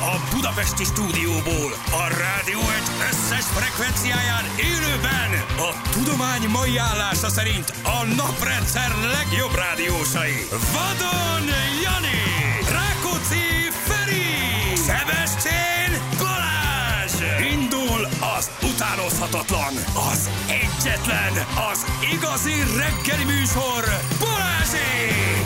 A budapesti stúdióból, a rádió egy összes frekvenciáján élőben a tudomány mai állása szerint a naprendszer legjobb rádiósai. Vadon Jani, Rákóczi Feri, Sebestyén Balázs. Indul az utánozhatatlan, az egyetlen, az igazi reggeli műsor, Balázsék!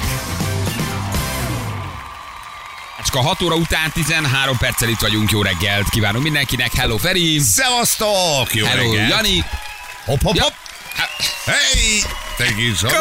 Csak a 6 óra után 13 perccel itt vagyunk, jó reggelt kívánunk mindenkinek, hello Feri! Szevasztok! Jó Hello reggelt! Jani! Hopp, hopp, Ja. hopp! Hey! Te kis Zoli!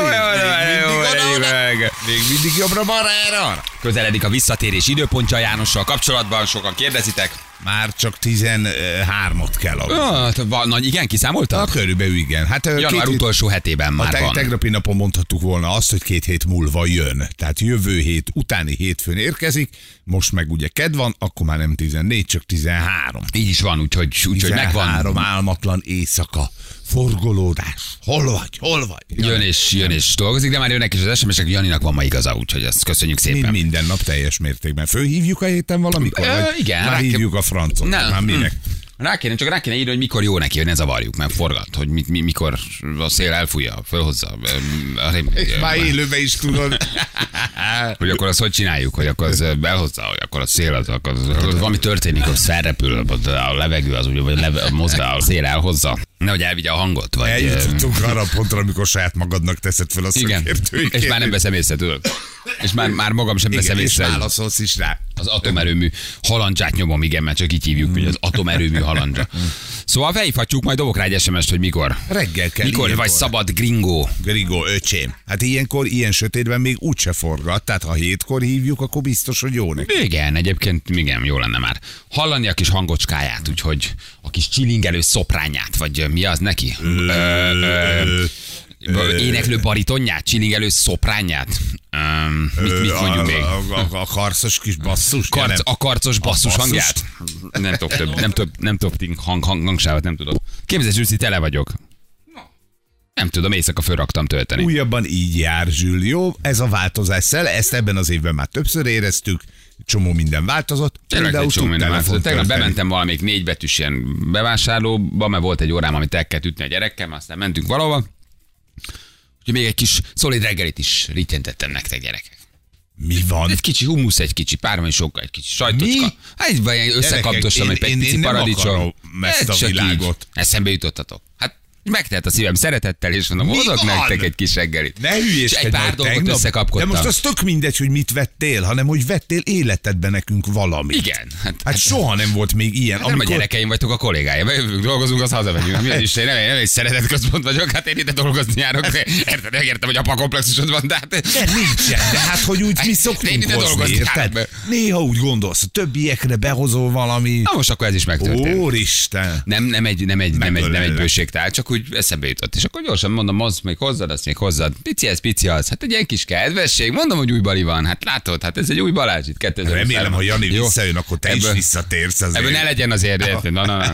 Még mindig jobbra-balra erre. Közeledik a visszatérés időpontja Jánossal kapcsolatban, sokan kérdezitek. Már csak 13-ot kell adni. Igen, kiszámoltad? Körülbelül igen. Hát, Január utolsó hetében már van. Tegnapi napon mondhattuk volna azt, hogy 2 hét múlva jön. Tehát jövő hét utáni hétfőn érkezik, most meg ugye kedd van, akkor már nem 14, csak 13. Így is van, úgyhogy 13 megvan. álmatlan éjszaka. Forgolódás. Hol vagy? Jön és dolgozik, de már jönnek is az SMS-ek, Janinak van ma igaza, úgyhogy ezt köszönjük szépen. Minden nap teljes mértékben. Fölhívjuk a héten valamikor? Igen. Már hívjuk a francot. Már minek? Rá kéne írni, hogy mikor jó neki, hogy ne zavarjuk, mert forgat, hogy mikor a szél elfújja, fölhozza. És már élőben is tudod. Hogy akkor azt hogy csináljuk, hogy akkor az elhozza, hogy akkor a szél az valami történik, hogy felrepül a levegő, az úgy, vagy mozgál, a szél elhozza. Nehogy elvigye a hangot. Vagy, eljutottunk arra a pontra, amikor saját magadnak teszed fel a szakértői. És már nem veszem észre, tudod. És már magam sem veszem észre. És válaszolsz is rá. Az atomerőmű halandzsát nyomom, igen, mert csak így hívjuk, hogy az atomerőmű halandzsa. Szóval felhívhatjuk, majd dobok rá egy SMS-t, hogy mikor. Reggel kell. Mikor vagy szabad, gringó. Gringó, öcsém. Hát ilyenkor, ilyen sötétben még úgyse forgat, tehát ha 7-kor hívjuk, akkor biztos, hogy jó neki. Igen, egyébként igen, jó lenne már. Hallani a kis hangocskáját, úgyhogy a kis csilingelő szoprányát, vagy mi az neki? Éneklő baritonját, csilingelő szoprányát. Mit mondjuk még? A karcos kis basszus. A karcos basszus hangját. Nem tudok több, nem tudok hangsávat, nem tudok. Képzeld, Zsűszi, tele vagyok. Nem tudom, éjszaka fölraktam tölteni. Újabban így jár, Zsül. Jó, ez a változás szel, ezt ebben az évben már többször éreztük. Csomó minden változott. Tegnap bementem valamelyik 4 betűs ilyen bevásárlóba, mert volt egy órám, amit el kellett ütni a gyerekkel, aztán mentünk valahova. Úgyhogy még egy kis szolid reggelit is rityentettem nektek, gyerekek. Mi van? Egy kicsi humusz, egy kicsi párma és sokkal, egy kicsi sajtocska. Hát összekaptostam egy pici paradicsom. Ezt a világot. Eszembe jutottatok. Hát megtelt a szívem szeretettel, és mondom, hozok nektek egy kis reggelit. Ne hülyéskedj, egy pár dolgot összekapkodtam. De most az tök mindegy, hogy mit vettél, hanem hogy vettél életedben nekünk valamit. Igen. Hát soha nem volt még ilyen. Hát nem a gyerekeim vagytok a kollégáim. Dolgozunk, az hazamegyünk. Mi is, én nem egy szeretetközpont vagyok, hát én ide dolgozni járok. Értem, hogy apa komplexusod van, de hát... De nincsen, de hát hogy úgy mi szoktunk hozni, érted? Néha úgy gondolsz, a többiekre behozol valami... Na most akkor ez is megtörtént. Úristen! Nem egy bőségtál, csak úgy eszembe jutott. És akkor gyorsan mondom, az még hozzad, azt még hozzad. Pici az. Hát egy ilyen kis kedvesség. Mondom, hogy új Bali van. Hát látod, hát ez egy új Balázs itt 2000. Remélem, ha Jani visszajön, akkor te is visszatérsz azért. Ebből ne legyen azért, érted?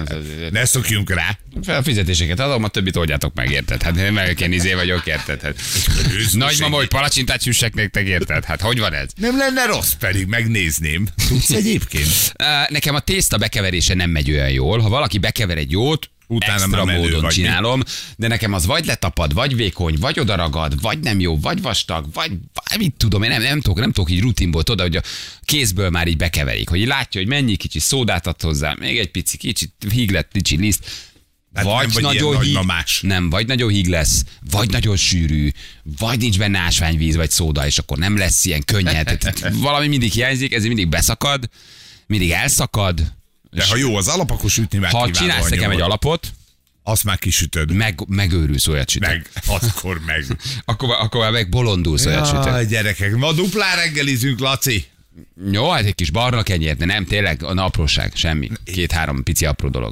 Ne szokjunk rá. A fizetéseket adom, a többit oldjátok meg, érted? Hát meg én vagyok, érted? Hát, nagymama, hogy palacsintát süssek nektek, érted? Hát hogy van ez? Nem lenne rossz, pedig megnézném. Tudsz egyébként? Nekem a tészta bekeverése nem megy olyan jól. Ha valaki bekever egy jót, utána extra módon csinálom, de nekem az vagy letapad, vagy vékony, vagy odaragad, vagy nem jó, vagy vastag, vagy mit tudom, én nem tudok így rutinból, tudod, hogy a kézből már így bekeverik, hogy így látja, hogy mennyi kicsi szódát ad hozzá, még egy kicsit híg lett, kicsi liszt, vagy nagyon híg, vagy nagyon híg lesz, vagy nagyon sűrű, vagy nincs benne ásványvíz, vagy szóda, és akkor nem lesz ilyen könnyed. Valami mindig hiányzik, ezért mindig beszakad, mindig elszakad. De ha jó az alap, akkor sütni már ha csinálsz nekem egy alapot, azt már kisütöd. Megőrülsz, olyat sütöd. Akkor meg. akkor meg bolondulsz, olyat sütöd. Gyerekek, ma duplán reggelizünk, Laci. Jó, hát egy kis barna kenyért, de nem, tényleg a apróság, semmi. 2-3 pici apró dolog.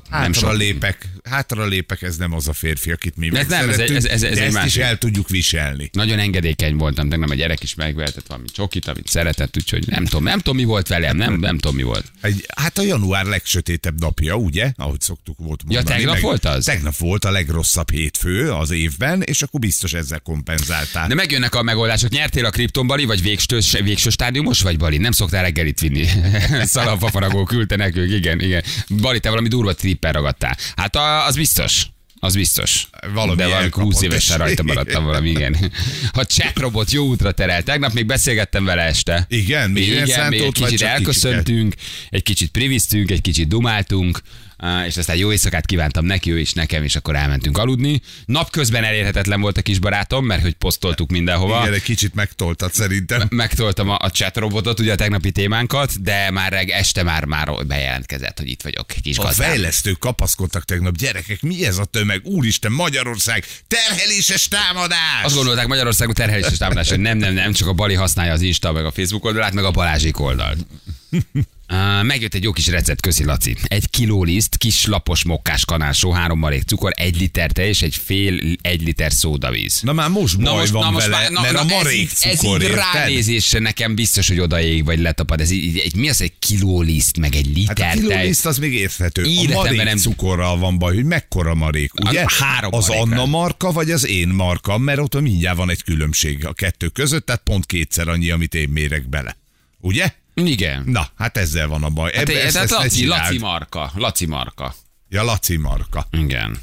Hátra lépek, ez nem az a férfi, akit mi megszerettünk, de ezt is el tudjuk viselni. Nagyon engedékeny voltam, tegnap a gyerek is megvehetett valami csokit, amit szeretett, úgyhogy nem tudom mi volt velem, nem tudom mi volt. Hát a január legsötétebb napja, ugye? Ahogy szoktuk volt mondani. Ja, tegnap volt az? Tegnap volt a legrosszabb hétfő az évben, és akkor biztos ezzel kompenzáltál. De megjönnek a megoldások. Nyertél a kripton, Bali, vagy végső stádiumos vagy, Bali? Nem szoktál szoktál reggelit vinni. Szalagfafaragó küldte nekünk, igen. Bali, te valami durva trippen ragadtál. Hát az biztos. Az biztos. De valami 20 évesen rajta maradtam valami, igen. A chatrobot jó útra terel. Tegnap még beszélgettem vele este. Igen, még egy kicsit elköszöntünk, egy kicsit priviztünk, egy kicsit dumáltunk, és aztán jó éjszakát kívántam neki, ő is nekem, és akkor elmentünk aludni. Napközben elérhetetlen volt a kis barátom, mert hogy posztoltuk mindenhova. Igen, egy kicsit megtoltad szerintem. Megtoltam a chatrobotot, ugye a tegnapi témánkat, de már este már bejelentkezett, hogy itt vagyok, kis gazdám. A fejlesztők kapaszkodtak tegnap, gyerekek, mi ez a tömeg? Úristen, Magyarország, terheléses támadás! Azt gondolták Magyarországon terheléses támadás, hogy nem, csak a Bali használja az Insta, meg a Facebook oldalát, meg a Balázsék oldalt. Megjött egy jó kis recept, köszi Laci. 1 kiló liszt, kis lapos mokkás kanálsó, 3 marék cukor, 1 liter tej és fél liter szódavíz. Na már most baj van vele, mert a marék cukor, ez így ránézésre nekem biztos, hogy odaég vagy letapad. Ez így, mi az egy kiló liszt, meg 1 liter tej? Hát a kiló liszt az még érthető. A marék cukorral van baj, hogy mekkora marék, ugye? Az Anna marka, vagy az én marka, mert ott mindjárt van egy különbség a kettő között, tehát pont kétszer annyi, amit én mérek bele. Ugye? Igen. Na, hát ezzel van a baj. Hát Laci marka. Ja, Laci marka. Igen.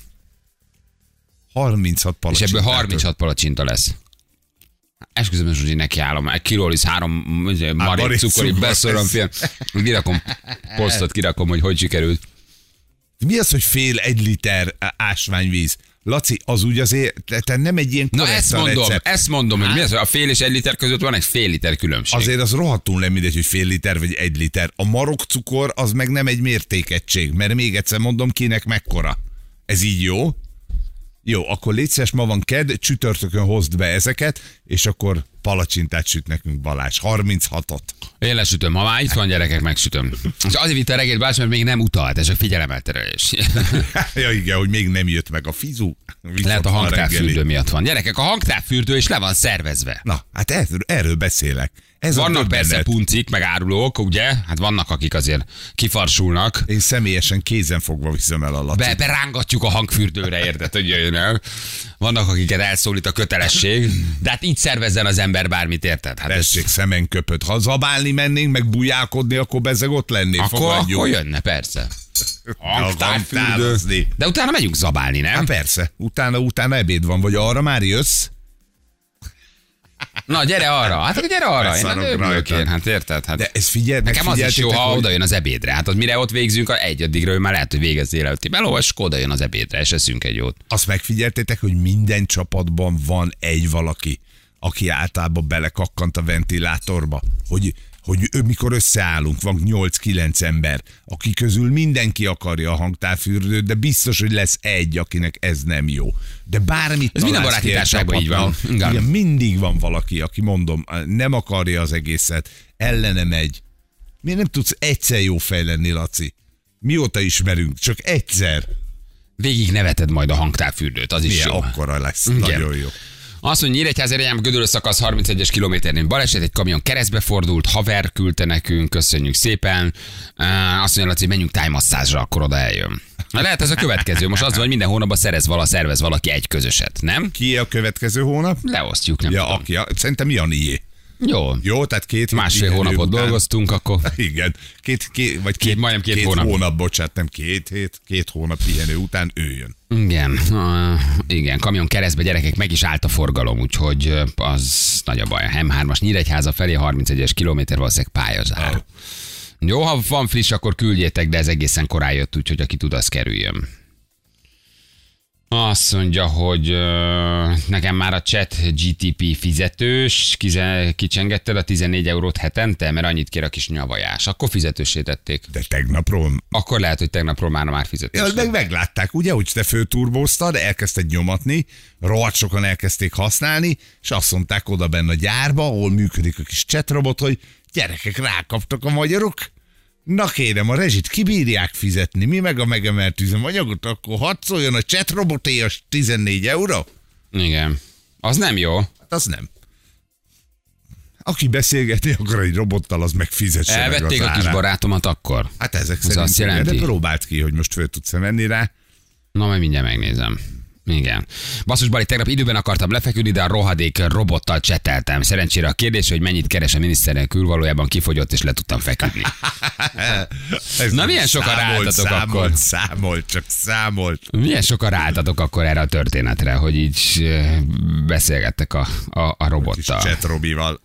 36 palacsinta. És ebből 36 palacsinta lesz. Esküszöm, hogy nekiállom. 1 kiló lisz, 3 marék cukor, így beszorom, kirakom, posztot kirakom, hogy sikerült. Mi az, hogy fél 1 liter ásványvíz? Laci, az úgy azért, te nem egy ilyen ezt mondom, hogy mi az, a fél és 1 liter között van egy fél liter különbség. Azért az rohadtul nem mindegy, hogy fél liter vagy 1 liter. A marokcukor az meg nem egy mértékegység, mert még egyszer mondom, kinek mekkora. Ez így jó? Jó, akkor légy szíves, ma van kedd, csütörtökön hozd be ezeket, és akkor palacsintát süt nekünk Balázs. 36-ot. Én lesütöm, ha már itt van, gyerekek, megsütöm. És azért vitt a reggelt Balázs, mert még nem utalt, ez a figyelemelterelés. Ja igen, hogy még nem jött meg a fizu. Lehet a hangtávfürdő miatt van. Gyerekek, a hangtávfürdő is le van szervezve. Na, hát erről beszélek. Vannak persze puncik, meg árulók, ugye? Hát vannak, akik azért kifarsulnak. Én személyesen kézen fogva viszem el a Lacit. Berángatjuk a hangfürdőre, érted, hogy jöjjön el. Vannak, akiket elszólít a kötelesség, de hát így szervezzen az ember bármit, érted? Hát tessék, szemen köpött. Ha zabálni mennénk, meg bujálkodni, akkor bezzeg ott lennék. Akkor jönne, persze. Hangtávfürdő. De utána megyünk zabálni, nem? Hát persze. Utána ebéd van, vagy arra már jössz? Na, gyere arra. Hát gyere arra. Én hát érted? Hát de ez figyelj, nekem az is jó, ha oda jön az ebédre. Hát az mire ott végzünk, addigra ő már lehet, hogy végezzél előtti meló, és oda jön az ebédre, és eszünk egy jót. Azt megfigyeltétek, hogy minden csapatban van egy valaki, aki általában belekakkant a ventilátorba, hogy mikor összeállunk, van 8-9 ember, aki közül mindenki akarja a hangtávfürdőt, de biztos, hogy lesz egy, akinek ez nem jó. De bármit ez minden baráti társaságban így van. Igen, mindig van valaki, aki mondom, nem akarja az egészet, ellene megy. Miért nem tudsz egyszer jó fej lenni, Laci? Mióta ismerünk? Csak egyszer. Végig neveted majd a hangtávfürdőt, az is milyen jó. Akkora lesz, igen. Nagyon jó. Azt mondja, Nyíregyháza irányába Gödöllő szakasz 31-es kilométernél baleset, egy kamion keresztbe fordult, haver küldte nekünk, köszönjük szépen. Azt mondja, Laci, menjünk tájmasszázsra, akkor oda eljön. Na lehet ez a következő. Most az van, hogy minden hónapban szervez valaki egy közöset, nem? Ki a következő hónap? Leosztjuk, nem tudom. Szerintem Janié. Jó, tehát másfél hónapot dolgoztunk, akkor. Igen, majdnem két hónap. Bocsánat, nem 2 hét, 2 hónap pihenő után ő jön. Igen, kamion keresztbe, gyerekek, meg is állt a forgalom, úgyhogy az nagy a baj. A M3-as Nyíregyháza felé 31-es kilométer, valószínűleg pályazár. Jó, ha van friss, akkor küldjétek, de ez egészen korán jött, úgyhogy aki tud, az kerüljön. Azt mondja, hogy nekem már a chat GTP fizetős, kicsengetted a 14 eurót hetente, mert annyit kér a kis nyavajás. Akkor fizetősé tették. De tegnapról? Akkor lehet, hogy tegnapról már fizetős. Ja, meglátták, ugye, hogy te fölturbóztad, elkezdted nyomatni, rohadt sokan elkezdték használni, és azt mondták oda benne a gyárba, ahol működik a kis chatrobot, hogy gyerekek, rákaptak a magyarok. Na kérem, a rezsit kibírják fizetni, mi meg a megemelt üzemanyagot, akkor hadd szóljon a chatroboté a 14 euró? Igen. Az nem jó. Hát az nem. Aki beszélgetni akar egy robottal, az megfizesse meg az árát. Elvették a kis barátomat akkor? Hát ezek szerint. Azt jelenti? De próbált ki, hogy most föl tudsz venni rá. Na, majd mindjárt megnézem. Igen. Basszus Bali, tegnap időben akartam lefeküdni, de a rohadék robottal cseteltem. Szerencsére a kérdés, hogy mennyit keres a miniszterelnök valójában kifogyott, és le tudtam feküdni. Na milyen sokan ráálltatok akkor? Számolt. Milyen sokan ráálltatok akkor erre a történetre, hogy így beszélgettek a robottal. Chat Robival.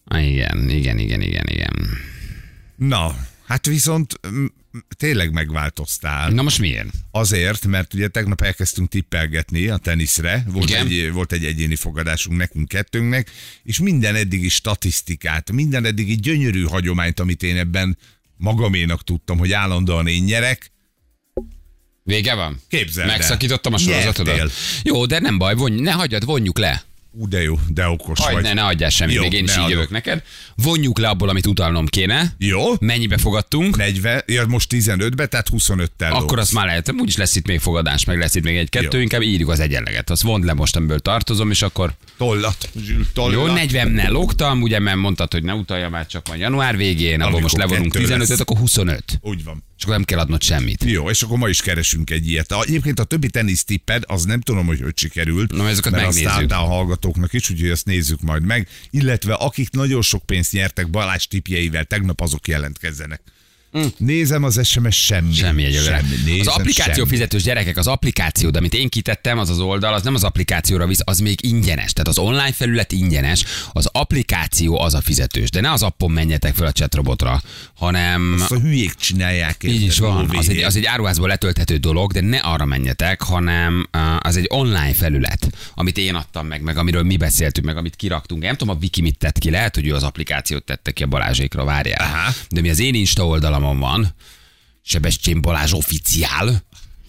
Igen. Na, hát viszont tényleg megváltoztál. Na most miért? Azért, mert ugye tegnap elkezdtünk tippelgetni a teniszre, volt egy egyéni fogadásunk nekünk kettőnknek, és minden eddigi statisztikát, minden eddigi gyönyörű hagyományt, amit én ebben magaménak tudtam, hogy állandóan én nyerek. Vége van? Képzeld el. Megszakítottam a sorozatodat. Jó, de nem baj, ne hagyjad, vonjuk le. De jó, de okos vagy. Ne adjál semmit, még én is így jövök neked. Vonjuk le abból, amit utalnom kéne. Jó. Mennyibe fogadtunk? 40, most 15-be, tehát 25-tel. Akkor azt már lehet, úgyis lesz itt még fogadás, meg lesz itt még egy-kettő, inkább írjuk az egyenleget. Azt vond le most, amiből tartozom, és akkor... Tollat. Jó, 40-nel lógtam, ugye, mert mondtad, hogy ne utalja már csak majd január végén, abból most levonunk 15-öt, akkor 25. Úgy van. És akkor nem kell adnod semmit. Jó, és akkor ma is keresünk egy ilyet. Egyébként a többi tenisztipped, az nem tudom, hogy sikerült. Na, ezeket megnézzük. Azt álltál a hallgatóknak is, úgyhogy ezt nézzük majd meg. Illetve akik nagyon sok pénzt nyertek Balázs tippjeivel, tegnap azok jelentkezzenek. Nézem az SMS, semmi egyelőre. Az applikáció semmi. fizetős gyerekek, az applikáció, de amit én kitettem, az oldal, az nem az applikációra visz, az még ingyenes. Tehát az online felület ingyenes, az applikáció az a fizetős. De ne az appon menjetek fel a chatrobotra, hanem... Azt a hülyék csinálják. Így is van. Az egy áruházból letölthető dolog, de ne arra menjetek, hanem az egy online felület, amit én adtam meg amiről mi beszéltünk, meg amit kiraktunk. Nem tudom, a Viki mit tett ki, lehet, hogy ő az applikációt tette ki a Balázsékra, várjál. Aha. De mi az én Insta oldalamon van, Sebestyén Balázs officiál,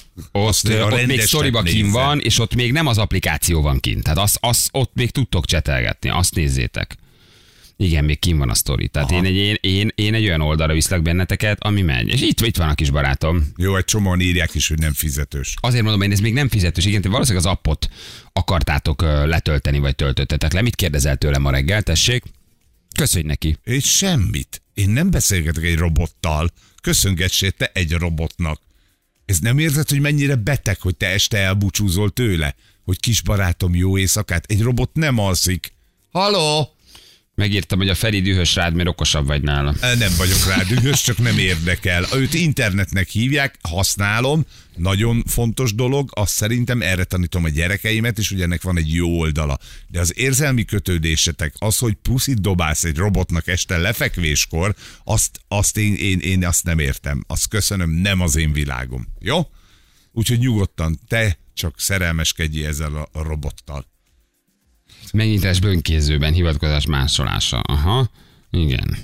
ott még sztoriba kín van, és ott még nem az applikáció van kint. Tehát ott még tudtok csetelgetni, azt nézzétek. Igen, még kín van a sztori. Tehát én egy olyan oldalra viszlek benneteket, ami megy. És itt van a kis barátom. Jó, egy csomóan írják is, hogy nem fizetős. Azért mondom, én ez még nem fizetős. Igen, valószínűleg az appot akartátok letölteni, vagy töltöttetek le. Mit kérdezel tőlem ma reggel, tessék? Köszönj neki. És semmit. Én nem beszélgetek egy robottal. Köszöngessél te egy robotnak. Ez nem érzed, hogy mennyire beteg, hogy te este elbúcsúzol tőle? Hogy kis barátom, jó éjszakát. Egy robot nem alszik. Haló? Megírtam, hogy a Feri dühös rád, mert okosabb vagy nála. Nem vagyok rá dühös, csak nem érdekel. Őt internetnek hívják, használom, nagyon fontos dolog, azt szerintem erre tanítom a gyerekeimet, és ugye ennek van egy jó oldala. De az érzelmi kötődésetek, az, hogy puszit dobálsz egy robotnak este lefekvéskor, azt én azt nem értem. Azt köszönöm, nem az én világom. Jó? Úgyhogy nyugodtan, te csak szerelmeskedj ezzel a robottal. Megnyitás bönkézőben, hivatkozás másolása. Aha, igen.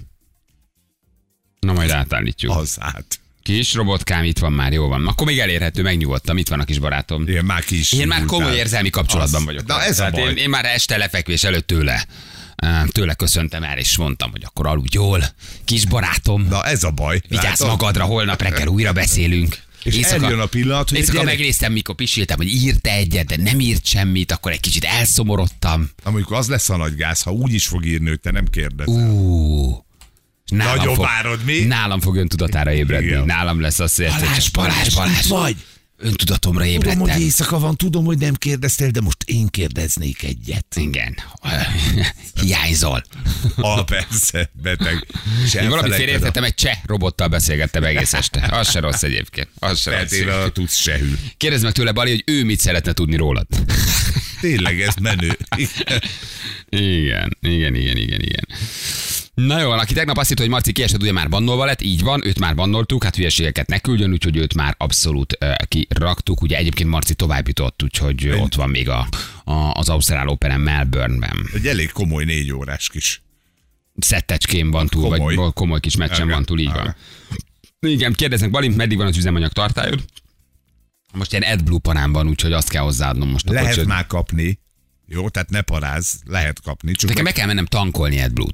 Na majd átállítjuk. Az át. Kis robotkám, itt van már, jó van. Akkor még elérhető, megnyugodtam, itt van a kis barátom. Igen, már kis. Én már komoly érzelmi kapcsolatban vagyok. Na ez a baj. Én már este lefekvés előtt tőle köszöntem el, és mondtam, hogy akkor aludj jól, kis barátom. Na ez a baj. Vigyázz magadra, holnap reggel újra beszélünk. És eljön a pillanat, hogy éjszaka megnéztem, mikor pisiltem, hogy írt egyet, de nem írt semmit, akkor egy kicsit elszomorodtam. Amikor az lesz a nagy gáz, ha úgy is fog írni, hogy te nem kérdezel. Nagyon várod mi? Nálam fog öntudatára ébredni. Igen. Nálam lesz az, hogy Balázs, vagy? Öntudatomra ébredtem. Tudom, hogy éjszaka van, tudom, hogy nem kérdeztél, de most én kérdeznék egyet. Igen. Hiányzol. Persze, beteg. Én valamit félreértettem, egy cseh robottal beszélgettem egész este. Az se rossz egyébként. Az se rossz. Tudsz sehül. Kérdezd meg tőle, Bali, hogy ő mit szeretne tudni rólad. Tényleg, ez menő. Igen. Na jó, aki tegnap azt hitt, hogy Marci kiesett, ugye már bannolva lett, így van, őt már bannoltuk, hát hülyeségeket ne küldjön, úgyhogy őt már abszolút kiraktuk. Ugye egyébként Marci tovább jutott, úgyhogy ott van még az Ausztrál Operen Melbourne-ben. Egy elég komoly 4 órás kis szettecskén van túl, komoly. Vagy komoly kis meccsen van túl, így van. Igen, kérdeznek, Balint, meddig van az üzemanyag tartályod? Most ilyen AdBlue panám van, úgyhogy azt kell hozzáadnom most. Lehet már kapni, jó, tehát ne parázz, lehet kapni. Nekem meg kell mennem tankolni AdBlue-t.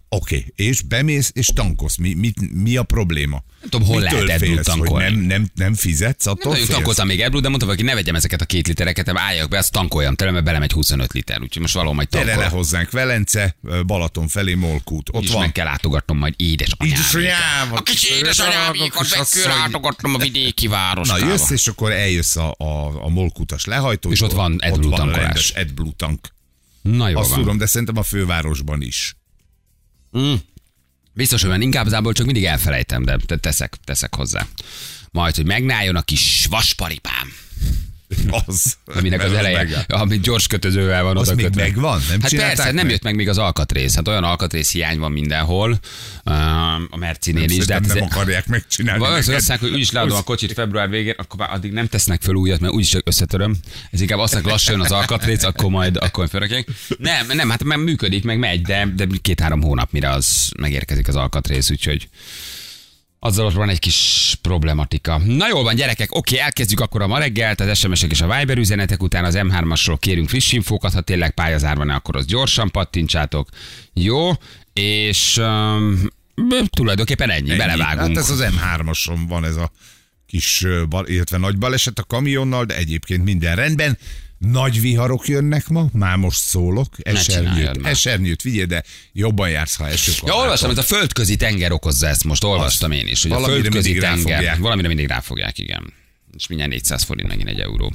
Oké, és bemész, és tankolsz. Mi a probléma? Nem tudom, hol Mitől lehet AdBlue félsz, hogy tankolni. nem fizetsz, attól Nem nagyon félsz? tankoltam még AdBlue, de mondtam, hogy ne vegyem ezeket a 2 litereket, hanem álljak be, azt tankoljam tele, mert belemegy 25 liter, úgyhogy most valahol majd Gyere le tankol. hozzánk, Velence, Balaton felé, Molkút. Ott És van. meg kell látogatnom majd édesanyámékat. Édesanyám, A kicsi édesanyámékat meg kell látogatnom a vidéki városkába. Na jössz, és akkor eljössz a Molkutas lehajtó. És ott van AdBlue tankolás. rendes AdBlue tank. Na jó Azt van. tudom, de szerintem a fővárosban is. Biztos, hogy igazából csak mindig elfelejtem, de teszek hozzá. Majd, hogy megnáljon a kis vasparipám. Az. Aminek az Mert eleje, meg- ami gyors kötözővel van Az oda még kötve. megvan? Nem Hát csinálták persze, nem meg? jött meg még az alkatrész. Hát olyan alkatrész hiány van mindenhol, a Mercinél is. De Szerintem hát nem akarják megcsinálni. azt neked. mondják, hogy úgyis leadom a kocsit február végén, akkor már addig nem tesznek föl újat, mert úgyis csak összetöröm. Ez inkább azt mondják, lassan jön az alkatrész, akkor majd fölrakják. Nem, hát már működik, meg megy, de 2-3 hónap, mire az megérkezik az alkatrész, úgyhogy azzal van egy kis problematika. Na jól van, gyerekek, oké, elkezdjük akkor a ma reggelt, az SMS-ek és a Viber üzenetek után az M3-asról kérünk friss infókat, ha tényleg pályazár van, akkor azt gyorsan pattintsátok. Jó, és tulajdonképpen ennyi, belevágunk. Hát ez az M3-ason van ez a kis, illetve nagy baleset a kamionnal, de egyébként minden rendben. Nagy viharok jönnek ma, már most szólok. csináljad már. Esernyőt vigyél, de jobban jársz, ha esők. Ja, olvastam, hogy a földközi tenger okozza ezt most, olvastam én is, hogy a valamire földközi mindig tenger, ráfogják. valamire mindig ráfogják, igen. És mindjárt 400 forint megint 1 euró.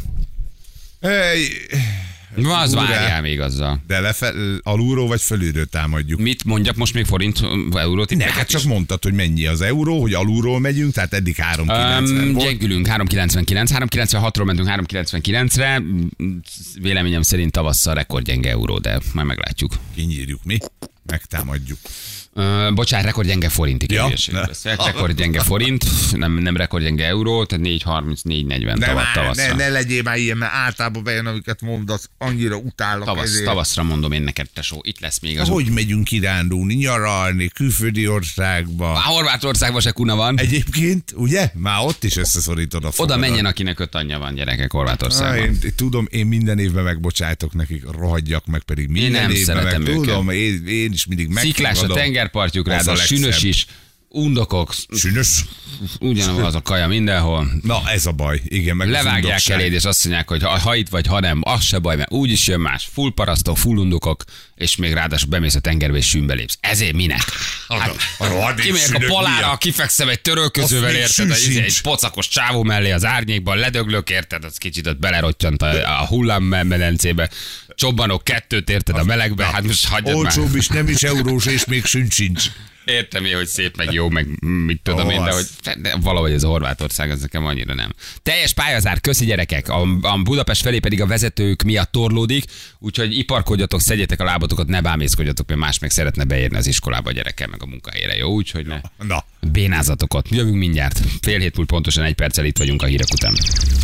Az várjál még azzal. De alulról vagy fölülről támadjuk. Mit mondjak most még forint, eurót? Ne, hát csak mondtad, hogy mennyi az euró, hogy alulról megyünk, tehát eddig 3,90 volt. Gyengülünk 3,99, 3,96-ról mentünk 3,99-re, véleményem szerint tavasszal rekordgyenge euró, de majd meglátjuk. Kinyírjuk mi, megtámadjuk. Bocsánat, rekordgyenge forint, igen, Ja, hülyeséget ne. beszélek. Rekordgyenge forint, nem rekordgyenge euró, tehát 4,30-4,40 tavasszal. ne legyél már ilyen, mert általában bejön, amiket mondasz, annyira utálok ezért. Tavasszra mondom én neked, tesó, itt lesz még az Hogy megyünk kirándulni, nyaralni, külföldi országba? A Horvátországban se kuna van. Egyébként, ugye? Már ott is összeszorítod a Oda fogadat. menjen, akinek 5 anyja van, gyerekek, Horvátországban. Én tudom, én minden évben megbocsájtok nekik, rohadjak meg, pedig minden nem évben szeretem meg, őket. tudom, én is mindig Sziklás a megfogadom. tengerpartjuk, Az a ráadásul legszebb. sünös is, undokok, Sünös? ugyanaz a kaja mindenhol. Na, ez a baj. Igen, meg az Levágják undokság. eléd, és azt mondják, hogy ha itt vagy, ha nem, az se baj, mert úgyis jön más. Full parasztok, full undokok, és még ráadásul bemész a tengerbe, és sűnbe lépsz. Ezért minek? Hát, kimegyek a palára, kifekszem egy törölközővel, Azt még érted? sű sincs. Egy pocakos csávó mellé az árnyékban, ledöglök, érted? Az kicsit ott belerottyant a hullámmedencébe. Csobbanok 2, érted a melegbe, hát most hagyjad már. Olcsóbb is, nem is eurós, és még sincs. Értem én, hogy szép, meg jó, meg mit tudom én, de Az. hogy de valahogy ez a Horvátország, az nekem annyira nem. Teljes pályazár, köszi gyerekek, a Budapest felé pedig a vezetők miatt torlódik, úgyhogy iparkodjatok, szedjetek a lábatokat, ne bámészkodjatok, mert más meg szeretne beérni az iskolába a gyerekkel, meg a munkahelyre, jó? Úgyhogy ne Na, bénázatok ott. Jövünk mindjárt. Fél hét múlt pontosan 1 perccel itt vagyunk a hírek után.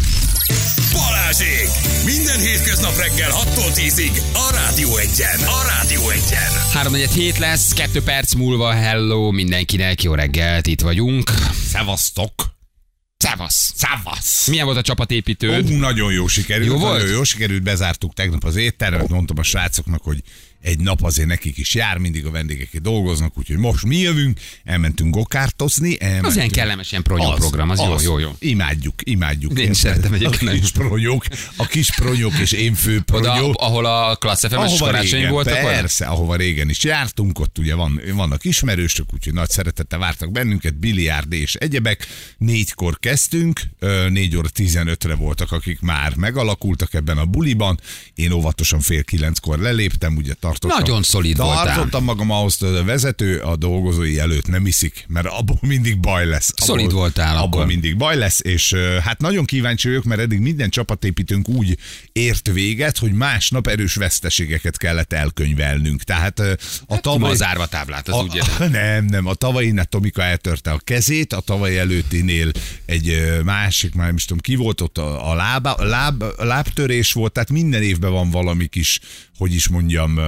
Balázsék! Minden hétköznap reggel 6-tól 10-ig a Rádió Egyen. A Rádió Egyen. 3-4 lesz, 2 perc múlva, hello mindenkinek, jó reggelt, itt vagyunk. szevasztok. Szevasz! Szavasz. Milyen volt a csapatépítőd? Nagyon jó sikerült. Jó volt? Nagyon jó sikerült, bezártuk tegnap az éttermet, mondtam a srácoknak, hogy egy nap azért nekik is jár, mindig a vendégek dolgoznak, úgyhogy most mi jövünk, elmentünk gokártozni. Az ilyen kellemes, ilyen pronyó program, az jó. Imádjuk. Én is szeretem egyébként. A kis pronyók és én fő Oda, pronyók. ahol a Klassz FM-es karácsony voltak? Persze, ahova régen is jártunk, ott ugye vannak ismerősök, úgyhogy nagy szeretettel vártak bennünket, biliárd és egyebek. 4-kor kezdtünk, 4 óra 15-re voltak, akik már megalakultak ebben a buliban. Én óvatosan 8:30-kor leléptem, ugye Nagyon szolid voltál. Tartottam magam ahhoz, hogy a vezető a dolgozói előtt nem iszik, mert abból mindig baj lesz. Szolid voltál abból akkor. mindig baj lesz, és hát nagyon kíváncsi vagyok, mert eddig minden csapatépítőnk úgy ért véget, hogy másnap erős veszteségeket kellett elkönyvelnünk. Tehát a tavaly... Az árvatáblát, az úgy értem. Nem, a tavalyinál Tomika eltörte a kezét, a tavaly előttinél egy másik, már nem is tudom ki volt, ott a lábtörés volt, tehát minden évben van valami kis, hogy is mondjam,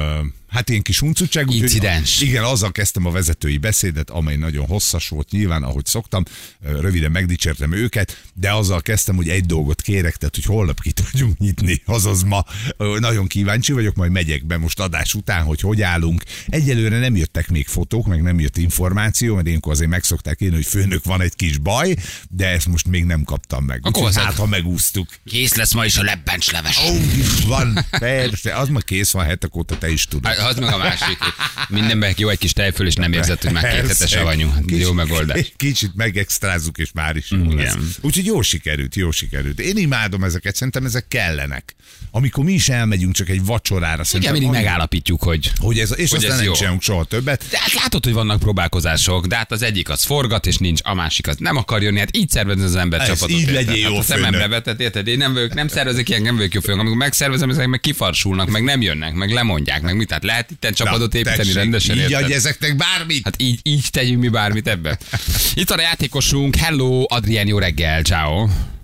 Hát ilyen kis huncutság. Incidens. Igen, azzal kezdtem a vezetői beszédet, amely nagyon hosszas volt nyilván, ahogy szoktam. Röviden megdicsértem őket, de azzal kezdtem, hogy egy dolgot kérek, tehát hogy holnap ki tudjunk nyitni, azaz ma. Nagyon kíváncsi vagyok, majd megyek be most adás után, hogy állunk. Egyelőre nem jöttek még fotók, meg nem jött információ, mert ilyenkor azért megszokták írni, hogy főnök, van egy kis baj, de ezt most még nem kaptam meg. Akkor hát, ha megúsztuk. Kész lesz ma is a lebbencsleves. Van, persze, az ma kész van, hetek óta te is tudod. Az meg a másik. Mindenben jó egy kis tejföl, és nem érzed, hogy már 2 hete savanyú. Jó megoldás. Kicsit megextrázzuk, és már is jó lesz. Úgyhogy jó sikerült. Én imádom ezeket, szerintem ezek kellenek. Amikor mi is elmegyünk csak egy vacsorára. Igen, mindig megállapítjuk, hogy ez, és hogy aztán nem csinálunk soha többet. De hát látod, hogy vannak próbálkozások, de hát az egyik az forgat, és nincs, a másik az nem akar jönni. Hát így szervez az ember csapatot. Így legyél jó a szememre vetett, érted? Én nem szervezek ilyen, nem vagyok jó főnök. Amikor megszervezem, ezek meg kifarsulnak, meg nem jönnek, meg lemondják, meg mit. Tehát lehet itten csapatot építeni rendesen, így érted? adj ezeknek bármit. Hát így tegyünk mi bármit ebbe. Itt van a játékosunk. Hello, Adrien, jó reggel, ciao.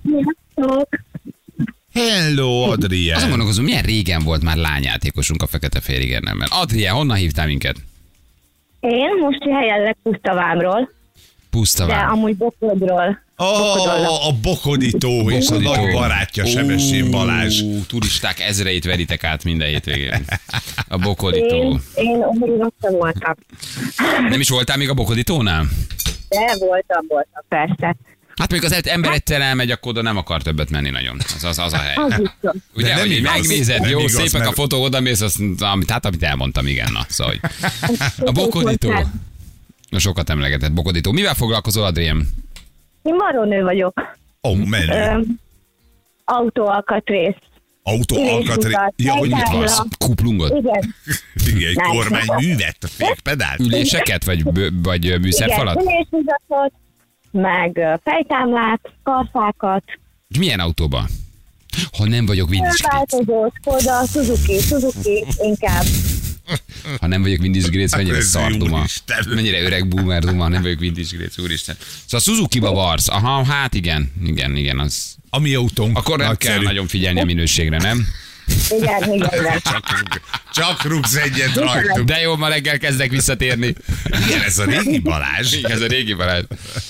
Hello, Adrien. Azon gondolkozom, milyen régen volt már lányjátékosunk a Fekete-Fehér Érnemmel. Adrien, honnan hívtál minket? Én most jelenleg Pusztavámról, Pusztavám. de amúgy Bokodról. A Bokodító és a nagy barátja Sebessén Balázs. Turisták ezreit veritek át minden hétvégén. A Bokodító. Én Omorúnokta voltam. Nem is voltál még a Bokoditónál? De voltam, persze. Hát még az ember egyszer elmegy, akkor oda nem akar többet menni nagyon. Az a hely. Az biztos. Ugye, nem hogy így igaz. megnézed, Nem jó, igaz, szépek mert- a fotók, oda mész, amit elmondtam, igen, na, szóval. A Bokodító. Na, sokat emlegetett Bokodító. Mivel foglalkozol, Adrien? Én varrónő vagyok. Menő. Autóalkatrész. Autóalkatrész. Ja, hogy mit Fejtámla. hasz? Kuplungot? Igen. Igen, egy Nem. kormányművet, a fékpedált. Üléseket, vagy műszerfalat? Igen, ülésvizatot, meg fejtámlát, karfákat. És milyen autóba? Ha nem vagyok Vindis Változó, Skoda, Suzuki, inkább. Ha nem vagyok Vindis Gréc, mennyire Ez szarduma. úristen. Mennyire öreg boomer duma, nem vagyok Vindis Gréc, úristen. Szóval Suzuki-ba varsz. Aha, hát igen, az. A mi autónk. Akkor nem kell nagyon figyelni a minőségre, nem? Igen. Csak rúgsz egyet rajtuk. De jó, ma reggel kezdek visszatérni. Igen, ez a régi Balázs. Igen, ez a régi barát.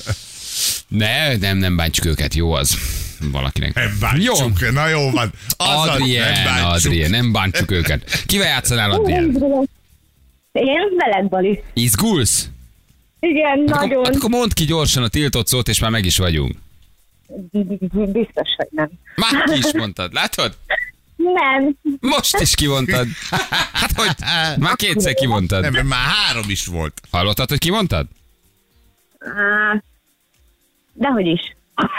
Nem bántjuk őket, jó az. Valakinek. Nem bántsuk. Jó. Na jó van. Adrien, nem bántjuk őket. Kivel játszanál, Adrien? Én veled, Bali. Izgulsz? Igen, nagyon. Akkor mondd ki gyorsan a tiltott szót, és már meg is vagyunk. Biztos, hogy nem. Már ki is mondtad, látod? Nem. Most is kimondtad. Hát hogy? Már 2-szer kimondtad. Nem, mert már 3 is volt. Hallottad, hogy kimondtad? Dehogy is.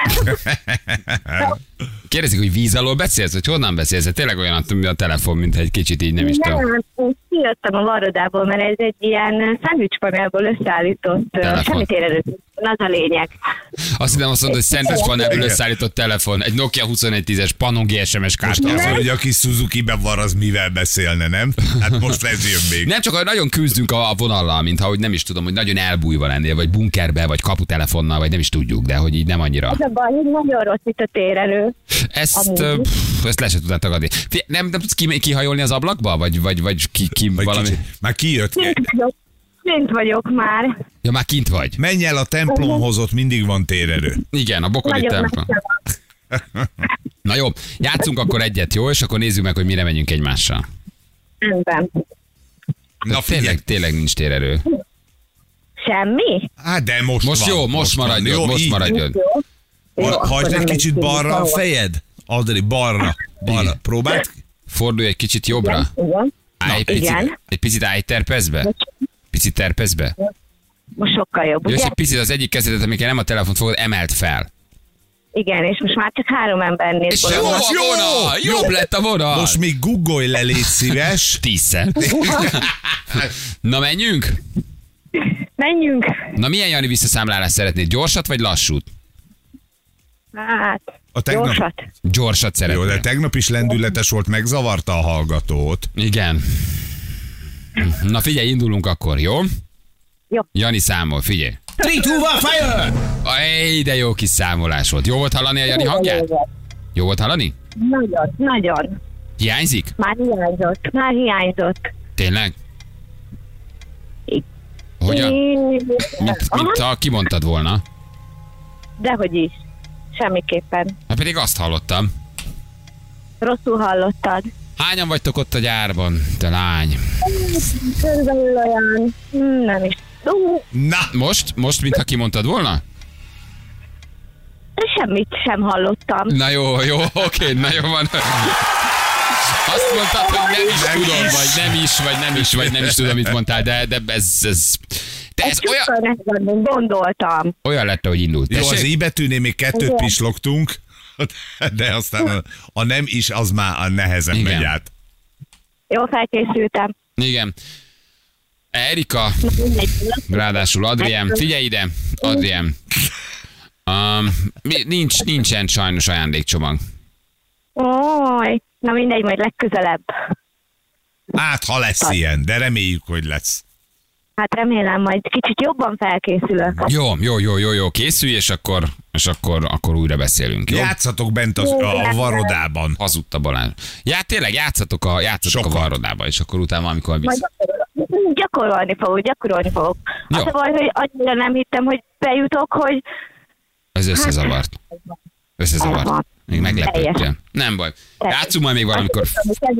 Kérdezik, hogy víz alól beszélsz, vagy honnan beszélsz? Tényleg olyan a telefon, mint egy kicsit így nem is tudom. Nem, én kijöttem a varrodából, mert ez egy ilyen szendvicspanelból összeállított, Telefon. semmit érezett, az a lényeg. Azt hiszem, azt mondod, hogy szendvicspanelből összeállított telefon, egy Nokia 2110-es Panon GSM-es kártya. Az, hogy aki Suzuki-be var, az mivel beszélne, nem? Hát most ez jön még. Nem csak, hogy nagyon küzdünk a vonallal, mintha hogy nem is tudom, hogy nagyon elbújva lennél, vagy bunkerbe, vagy kaputelefonnal, vagy nem is tudjuk, de hogy így nem annyira. Az a baj, hogy nagyon rossz itt a térerő. Ezt le se tudnád tagadni. Nem tudsz kihajolni az ablakba? Vagy Vagy valami? Már kijött. Kint vagyok már. Ja, már kint vagy. Menj el a templomhoz, ott mindig van térerő. Igen, a Bokodi Nagyon templom. messze van. Na jó, játszunk akkor egyet, jó? És akkor nézzük meg, hogy mire menjünk egymással. Rendben. Na figyelj. Tényleg nincs térerő. Semmi? Hát de most Most van. jó, most van. maradjon, Jó, most így. maradjon. Jó, Hagyd akkor egy nem kicsit megyünk balra a sehova. fejed. Adri, balra. Próbáld. Fordulj egy kicsit jobbra. Igen. Állj igen. egy picit állj terpezbe. Picit terpezbe. Most sokkal jobb, Jó, és ugye? egy picit az egyik kezedet, amikor nem a telefont fogod, emelt fel. Igen, és most már csak 3 ember néz. És jó a vonal! Jobb lett a vonal! Most még googolj le, légy szíves. 10-szer. Na menjünk? Menjünk. Na milyen Jani visszaszámlálást szeretnéd? Gyorsat vagy lassút? Hát, A tegnap- gyorsat. Gyorsat Jó, szeretnél. de tegnap is lendületes volt, megzavarta a hallgatót. Igen. Na figyelj, indulunk akkor, jó? Jó. Jani számol, figyelj. 3, 2, 1, fire! Ej, de jó kis számolás volt. Jó volt hallani a Jani hangját? Jó volt hallani? Nagyon. Hiányzik? Már hiányzott. Tényleg? Hogyan? Mint kimondtad volna. Dehogy is. Semmiképpen. Hát pedig azt hallottam. Rosszul hallottad. Hányan vagytok ott a gyárban, te lány? Körülbelül olyan... Nem is. Na! Most, mintha kimondtad volna? Semmit sem hallottam. Na jó, oké, na jó van. Azt mondtad, hogy nem is tudom, vagy nem is tudom, mit mondtál, de ez olyan... Gondoltam. Olyan lett, hogy indult. Jó, az I betűnél még 2 pislogtunk, de aztán a nem is, az már nehezen megy át. Jó, felkészültem. Igen. Erika, ráadásul Adrien, figyelj ide, Adrien. Nincsen sajnos ajándékcsomag. Ój, na mindegy, majd legközelebb. Hát, ha lesz ilyen, de reméljük, hogy lesz. Hát remélem, majd kicsit jobban felkészülök. Jó, készülj, és akkor újra beszélünk, jó? Játszatok bent a varrodában. Hazudta Balázs. Tényleg játszatok a varrodában, és akkor utána valamikor vissza. Gyakorolni fogok. Az a baj, hogy annyira nem hittem, hogy bejutok, hogy... Ez összezavart. Még meglepődtél. Nem baj. Játszunk majd még valamikor.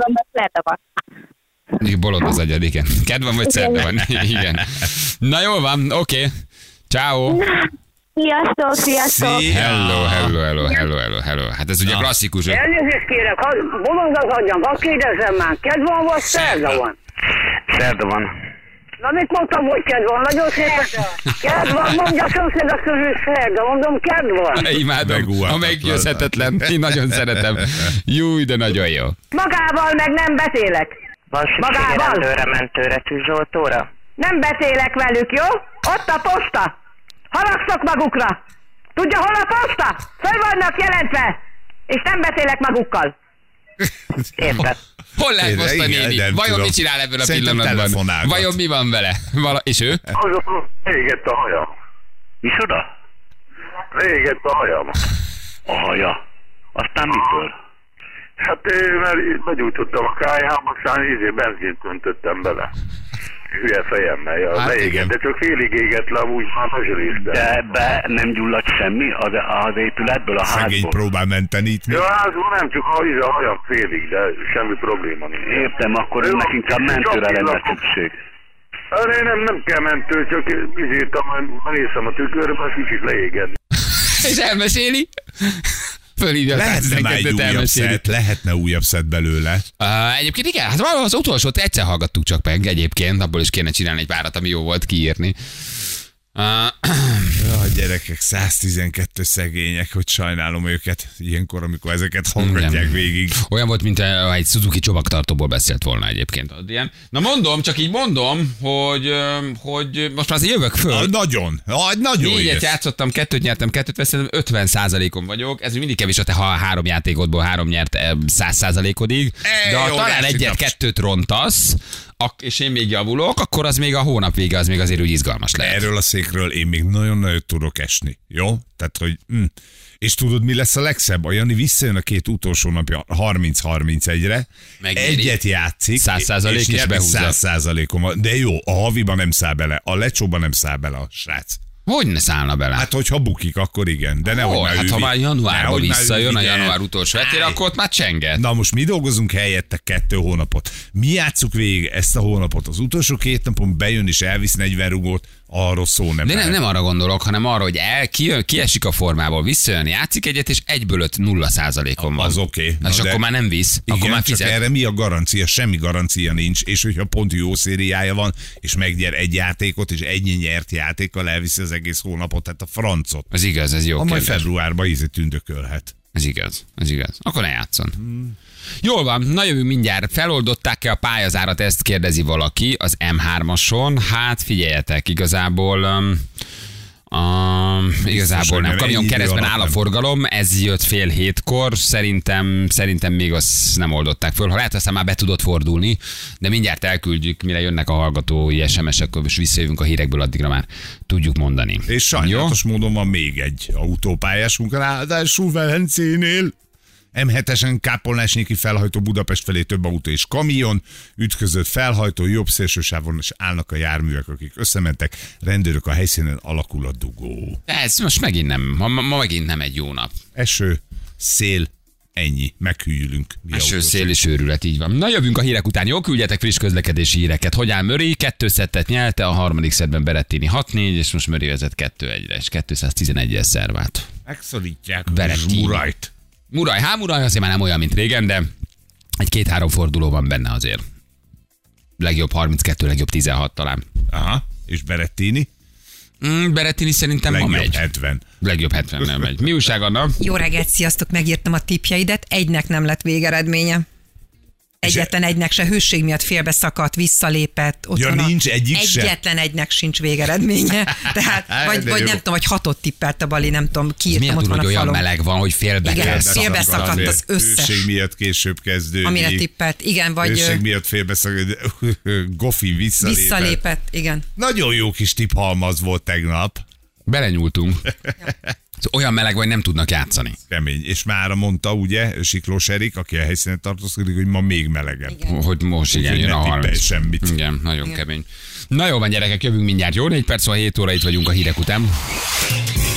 Bolond az agyad, igen. Kedvem vagy szerda van. Igen. Na jól van, oké. Ciao. Sziasztok. Hello. Hát ez ugye klasszikus. Elnézést kérek, bolond az agyam, azt kérdezem már, kedv van vagy szerda van? Szerda van. Na mit mondtam, hogy kedv van? Nagyon szépen. Kedv van, mondja a szomszédok közül szerda, mondom kedv van. Imádom, a meggyőzhetetlen. Én nagyon szeretem. Júj, de nagyon jó. Magával meg nem beszélek. Van szüksége rendőre, mentőre, tűzoltóra? Nem beszélek velük, jó? Ott a posta. Haragszok magukra. Tudja, hol a posta? Föl vannak jelentve. És nem beszélek magukkal. Érted. Hol lehet most a néni? Vajon mit csinál ebből a pillanatban? Vajon mi van vele? És ő? Régett a haja. Micsoda? Régett a hajam. A haja. Aztán mitől? Hát mert begyújtottam a kályhába, aztán benzint öntöttem bele. Hülye fejemmel, leégett, de csak félig égett le, úgy már megzselésztem. De ebbe nem gyulladt semmi az épületből, a házból? Szegény próbál mentenítni. Ja, házból nem, csak a hajam félig, de semmi probléma nincs. Értem, akkor önnek inkább mentőre lenne szükség. Én nem kell mentő, csak néztem a tükörbe, az kicsit leégett. És elmeséli? Fölhívja lehetne újabb szett belőle. Egyébként igen, hát az utolsót egyszer hallgattuk csak meg egyébként, abból is kéne csinálni egy párat, ami jó volt kiírni. Gyerekek, 112 szegények, hogy sajnálom őket ilyenkor, amikor ezeket hallgatják végig. Olyan volt, mint egy Suzuki csomagtartóból beszélt volna egyébként. Na mondom, csak így mondom, hogy most már azért jövök föl. Nagyon 4-et játszottam, 2-t nyertem, 2-t vesztettem, 50%-on vagyok. Ez mindig kevés, ha 3 játékodból 3 nyert 100%-odig. De ha talán 1-2-t rontasz, és én még javulok, akkor az még a hónap vége, az még azért úgy izgalmas lehet. Erről a székről én még nagyon-nagyon tudok esni. Jó? Tehát, hogy... És tudod, mi lesz a legszebb? A Jani visszajön a 2 utolsó napja 30-31-re, egyet játszik, 100% és behúzza. 100%-on van. De jó, a haviba nem száll bele, a lecsóba nem száll bele a srác. Hogy ne szállna bele? Hát, hogyha bukik, akkor igen. De nehogy már hát ha már januárban visszajön a január utolsó hetére, akkor ott már csenget. Na most mi dolgozunk helyette 2 hónapot. Mi játsszuk végig ezt a hónapot. Az utolsó 2 napon bejön és elvisz 40 rugót, arról szó nem. De nem arra gondolok, hanem arra, hogy kiesik a formából, visszajön, játszik egyet, és 1-ből 0%-on van. Az oké. És akkor már nem visz. Igen, akkor már csak erre mi a garancia? Semmi garancia nincs, és hogyha pont jó szériája van, és megnyer egy játékot, és egy nyert játékkal elviszi az egész hónapot, tehát a francot. Ez igaz, ez jó. Majd februárban tündökölhet. Ez igaz. Akkor ne játszon. Jól van, na jövünk mindjárt. Feloldották-e a pályázárat, ezt kérdezi valaki az M3-ason. Hát figyeljetek, igazából nem. Kamion keresztben áll a forgalom, ez jött 6:30-kor, szerintem még azt nem oldották föl. Ha lehet, aztán már be tudott fordulni, de mindjárt elküldjük, mire jönnek a hallgatói SMS-ek, és visszajövünk a hírekből, addigra már tudjuk mondani. És sajnálatos módon van még egy autópályásunk, ráadásul Velencénél. M7-esen kápolnásnyéki felhajtó Budapest felé több autó és kamion, ütközött felhajtó, jobb szélsősávon is állnak a járművek, akik összementek, rendőrök a helyszínen, alakul a dugó. Ez most megint nem, ma megint nem egy jó nap. Eső, szél, ennyi, meghűlünk. Eső, szél és őrület, így van. Na jövünk a hírek után, jó? Küldjetek friss közlekedési híreket. Hogy áll Murray? 2 szettet nyelte, a harmadik szettben Berrettini 6-4, és most Murray vezet 2-1-re, és 211-es szervát. Megszorítják Murrayt. Murray azért már nem olyan, mint régen, de egy 2-3 forduló van benne azért. Legjobb 32, legjobb 16 talán. Aha, és Berrettini? Berrettini szerintem ma megy. 70. Legjobb 70 nem megy. Mi újság, Anna? Jó reggelt, sziasztok, megírtam a tippjeidet, egynek nem lett végeredménye. Egyetlen egynek se, hőség miatt félbeszakadt, visszalépett. Ott ja, nincs egyik se? Egyetlen egynek sincs végeredménye. Tehát, vagy nem tudom, hogy 6-ot tippelt a Bali, nem tudom, kiírtam ott van a falon. Olyan meleg van, hogy félbeszakadt az összes. Hőség miatt később kezdődik. Amire tippelt, igen, vagy... Hőség miatt félbeszakadt, Gofi visszalépett. Igen. Nagyon jó kis tipphalmaz volt tegnap. Belenyúltunk. Olyan meleg, hogy nem tudnak játszani. Kemény. És mára mondta, ugye, Siklós Erik, aki a helyszínen tartózkodik, hogy ma még melegebb. Igen. Hogy most igen, jön a 30. Semmit. Igen, nagyon kemény. Na jó van, gyerekek, jövünk mindjárt. Jó, 4 perc van, 7 óra itt vagyunk a hírek után.